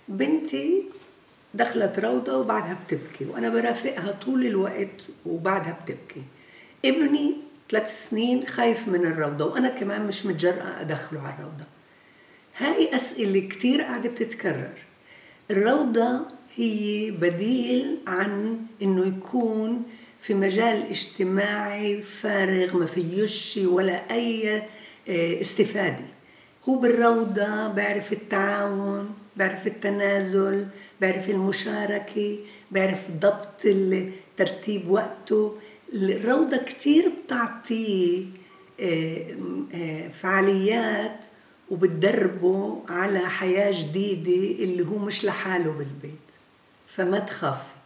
بنتي دخلت روضة وبعدها بتبكي، وأنا برافقها طول الوقت وبعدها بتبكي. ابني 3 سنين خايف من الروضة، وأنا كمان مش متجرأة أدخله على الروضة. هاي أسئلة كتير قاعدة بتتكرر. الروضة هي بديل عن إنه يكون في مجال اجتماعي فارغ ما فيهش ولا أي استفادة. هو بالروضة بعرف التعاون، بعرف التنازل، بعرف المشاركة، بعرف ضبط ترتيب وقته. الروضة كتير بتعطيه فعاليات وبتدربه على حياة جديدة اللي هو مش لحاله بالبيت. فما تخافي.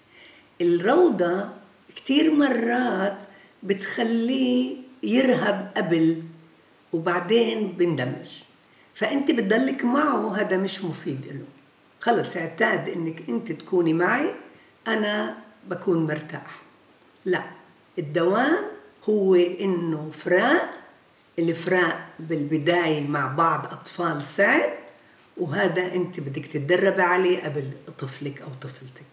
الروضة كتير مرات بتخليه يرهب قبل وبعدين بندمج، فأنت بتضلك معه، هذا مش مفيد له. خلص اعتاد انك انت تكوني معي، انا بكون مرتاح. لا، الدوام هو انه الفراق بالبداية مع بعض أطفال صعب، وهذا أنت بدك تتدرب عليه قبل طفلك أو طفلتك.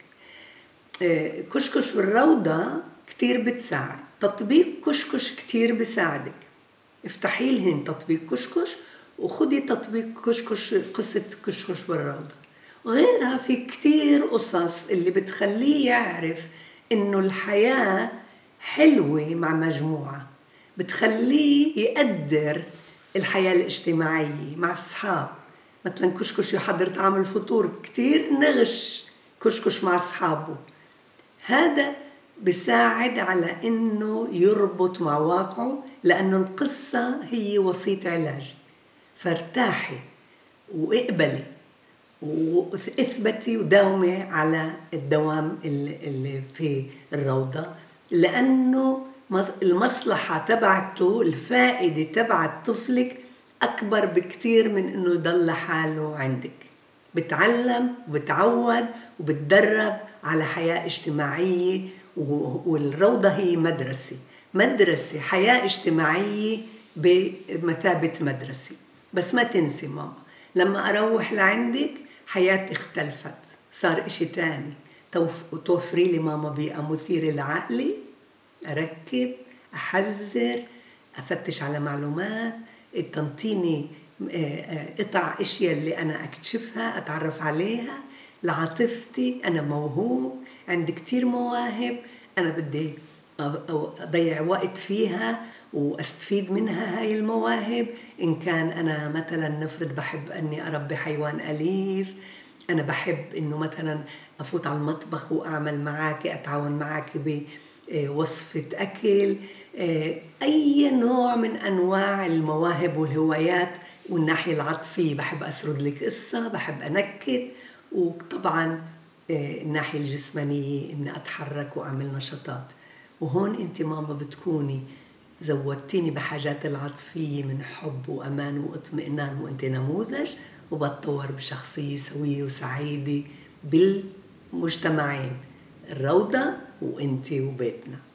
كشكش بالروضة كتير بتساعد. تطبيق كشكش كتير بساعدك. افتحي لهن تطبيق كشكش وخدي تطبيق كشكش، قصة كشكش بالروضة. غيرها في كتير قصص اللي بتخليه يعرف إنه الحياة حلوة مع مجموعة، بتخليه يقدر الحياة الاجتماعية مع الصحاب. مثلا كشكش يحضر طعام الفطور، كتير نغش كشكش مع أصحابه. هذا بساعد على إنه يربط مع واقعه، لأنه القصة هي وسيط علاج. فارتاحي واقبلي واثبتي وداومي على الدوام اللي في الروضة، لأنه المصلحة تبعته، الفائدة تبعت طفلك أكبر بكتير من إنه يضل حاله عندك. بتعلم وبتعود وبتدرب على حياة اجتماعية، والروضة هي مدرسة حياة اجتماعية بمثابة مدرسة. بس ما تنسي ماما، لما أروح لعندك حياتي اختلفت، صار إشي تاني. توفري لي ماما بيئة مثيرة لعقلي، أركب، أحذر، أفتش على معلومات، تنطيني قطع أشياء اللي أنا أكتشفها، أتعرف عليها. لعاطفتي أنا موهوب، عندي كتير مواهب، أنا بدي أضيع وقت فيها واستفيد منها هاي المواهب. إن كان أنا مثلا نفرض بحب أني أربي حيوان أليف، أنا بحب إنه مثلا أفوت على المطبخ وأعمل معك، أتعاون معك بوصفة أكل، أي نوع من أنواع المواهب والهوايات. والناحية العاطفية بحب أسرد لك قصة، بحب أنكت، وطبعا الناحية الجسمانية إني أتحرك وأعمل نشاطات. وهون أنت ماما بتكوني زودتيني بحاجات العاطفية من حب وأمان واطمئنان، وأنت نموذج، وبتطور بشخصية سوية وسعيدة بالمجتمعين، الروضة وأنت وبيتنا.